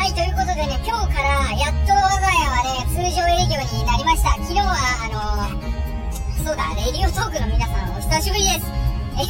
、ということでね、今日からやっと我が家はね、通常営業になりました。昨日はそうだ、レディオトークの皆さんお久しぶりです。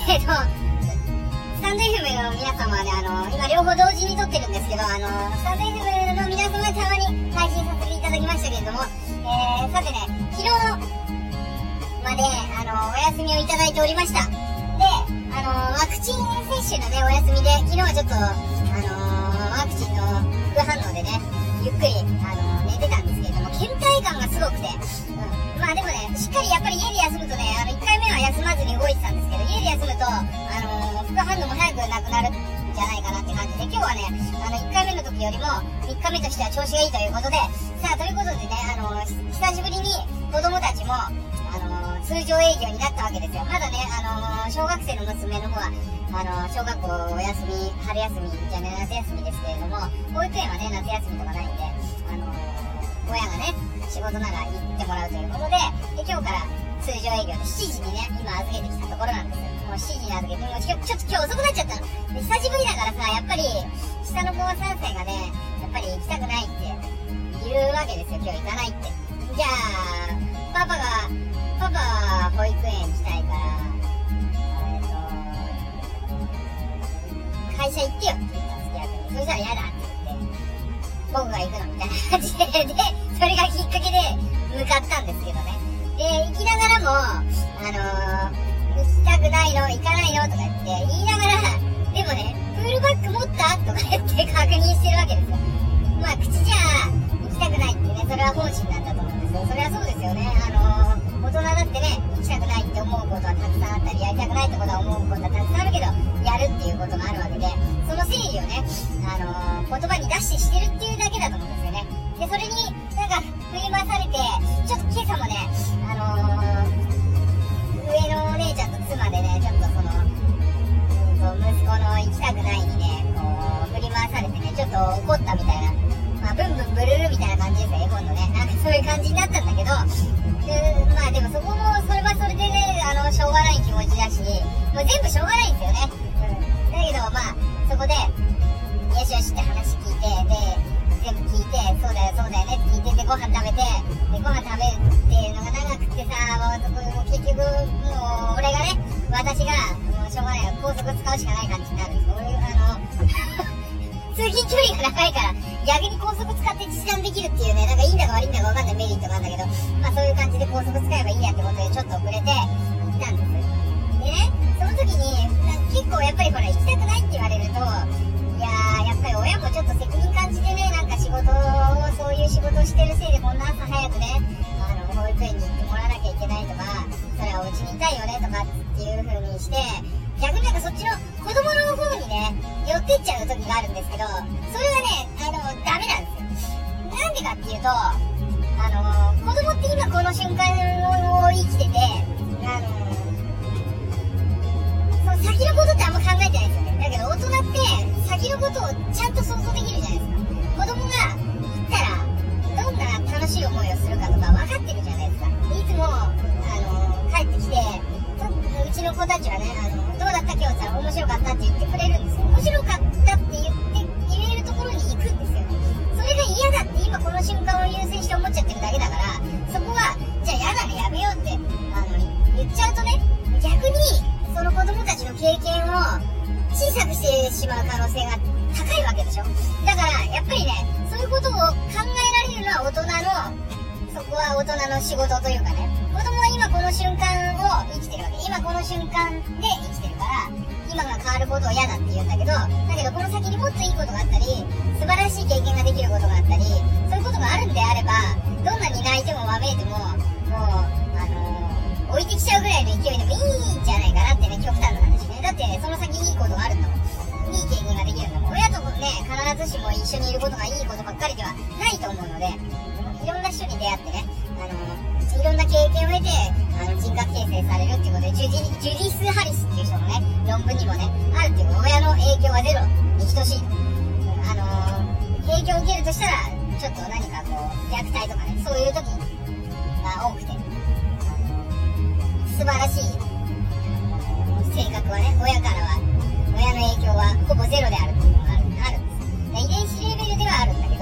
スタンド FM の皆様はね、今両方同時に撮ってるんですけど、スタンド FM の皆様はたまに配信させていただきましたけれども、さてね、昨日まで、お休みをいただいておりました。で、ワクチン接種のね、お休みで、昨日はちょっと、ワクチンの副反応でね、ゆっくり、寝てたんですけれども、倦怠感がすごくて、まあでもね、しっかりやっぱり家で休むとね、1回目は休まずに動いてたんですけど、家で休むと、副反応も早くなくなるんじゃないかなって感じで、今日はね、1回目の時よりも、3日目としては調子がいいということで、さあ、ということでね、久しぶりに子供たちも、通常営業になったわけですよ。まだね、小学生の娘の方は、小学校お休み、春休みじゃね、夏休みですけれども、保育園はね、夏休みとかないんで、親がね、仕事なら行ってもらうということで、今日から通常営業で7時にね、今預けてきたところなんですよ。もう7時に預けて、もうちょっと今日遅くなっちゃったの。で、久しぶりだからさ、やっぱり、下の子は3歳がね、やっぱり行きたくないって言うわけですよ、今日行かないって。じゃあ、パパは保育園行きたいから、会社行ってよって言ったんですけど、そしたら嫌だって言って、僕が行くのみたいな感じで、それがきっかけで向かったんですけどね。で、行きながらも、行きたくないの、行かないのとか言いながら、でもね、プールバッグ持ったとか言って確認してるわけですよ。まあ、口じゃ行きたくないってね、それは本心なんだと思うんですよ。それはそうですよね。大人だってね、行きたくないって思うことはたくさんあったり、やりたくないってことは思うことはたくさんあるけど、やるっていうことがあるわけで、その整理をね、言葉に出してるっていうだけだと思うんですよね。で、それになんか振り回されて、ちょっと今朝もね、上のお姉ちゃんと妻でね、ちょっとその、息子の行きたくないにね、こう、振り回されてね、ちょっと怒ったみたいな、まあ、ブンブンブルルみたいな感じですよ、今度ね。なんかそういう感じになったんだけど、まあでもそこも、それはそれでね、しょうがない気持ちだし、もう全部しょうがないんですよね。だけど、まあ、そこで、よしよしって話聞いて、で、全部聞いて、そうだよねって聞いて、で、ご飯食べて、で、ご飯食べるっていうのが長くてさ、もう結局、もう、俺がね、私が、もうしょうがないよ、高速使うしかない感じになるんですよ。通勤距離が長いから、逆に高速使って実弾できるっていうね、なんかいいんだか悪いんだかわかんないメリットがあるんだけど、まあそういう感じで高速使えばいいやってことでちょっと遅れて行ったんです。でね、その時に、結構やっぱりほら行きたくないって言われると、いやー、やっぱり親もちょっと責任感じてね、なんか仕事を、そういう仕事をしてるせいでこんな朝早くね、保育園に行ってもらわなきゃいけないとか、それはお家にいたいよねとかっていう風にして、逆になんかそっちの子供の方にね、寄ってっちゃう時があるんですけど、それはね、ダメなんですよ。なんでかっていうと、子供って今この瞬間を生きてて、その先のことってあんま考えてないんですよね。だけど大人って先のことをちゃんと想像できるじゃないですか。子供が行ったら、どんな楽しい思いをするかとか分かってるじゃないですか。いつも、帰ってきて、うちの子たちはね、どうだった今日さ、面白かったって言ってくれるんですよ。面白かったって言えるところに行くんですよ。それが嫌だって今この瞬間を優先して思っちゃってるだけだから、そこは、じゃあ嫌だね、やめようって、言っちゃうとね、逆に、その子供たちの経験を小さくしてしまう可能性が高いわけでしょ。だから、やっぱりね、そういうことを考えられるのは大人の、そこは大人の仕事というかね、子供は今この瞬間を生きてるわけ。今この瞬間で生きてるから、今が変わることを嫌だって言うんだけど、この先にもっといいことがあったり、素晴らしい経験ができることがあったり、そういうことがあるんであれば、どんなに泣いてもわめいても、もう、置いてきちゃうぐらいの勢いでもいいんじゃないかなってね、極端な話ね。だって、その先いいことがあるんだもん。いい経験ができるんだもん。親とね、必ずしも一緒にいることがいいことばっかりではないと思うので、いろんな人に出会ってね、いろんな経験を経て、人格形成されるっていうことで、ジュディス・ハリスっていう人のね、論文にもね、あるっていう、親の影響はゼロに等しいと。影響を受けるとしたら、ちょっと何かこう、虐待とかね、そういう時が多くて、素晴らしい、性格はね、親からは、親の影響はほぼゼロであるっていうのがあるんです。遺伝子レベルではあるんだけど、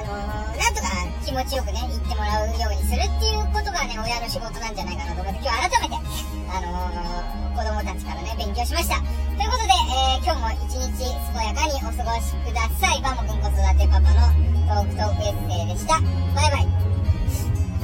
なんとか気持ちよくね、言ってもらうようにするっていうことがね、親の仕事なんじゃないかなと思って、今日改めて、子供たちからね、勉強しました。ということで、今日も一日健やかにお過ごしください。バモくん子育てパパのトークエッセイでした。バイバイ。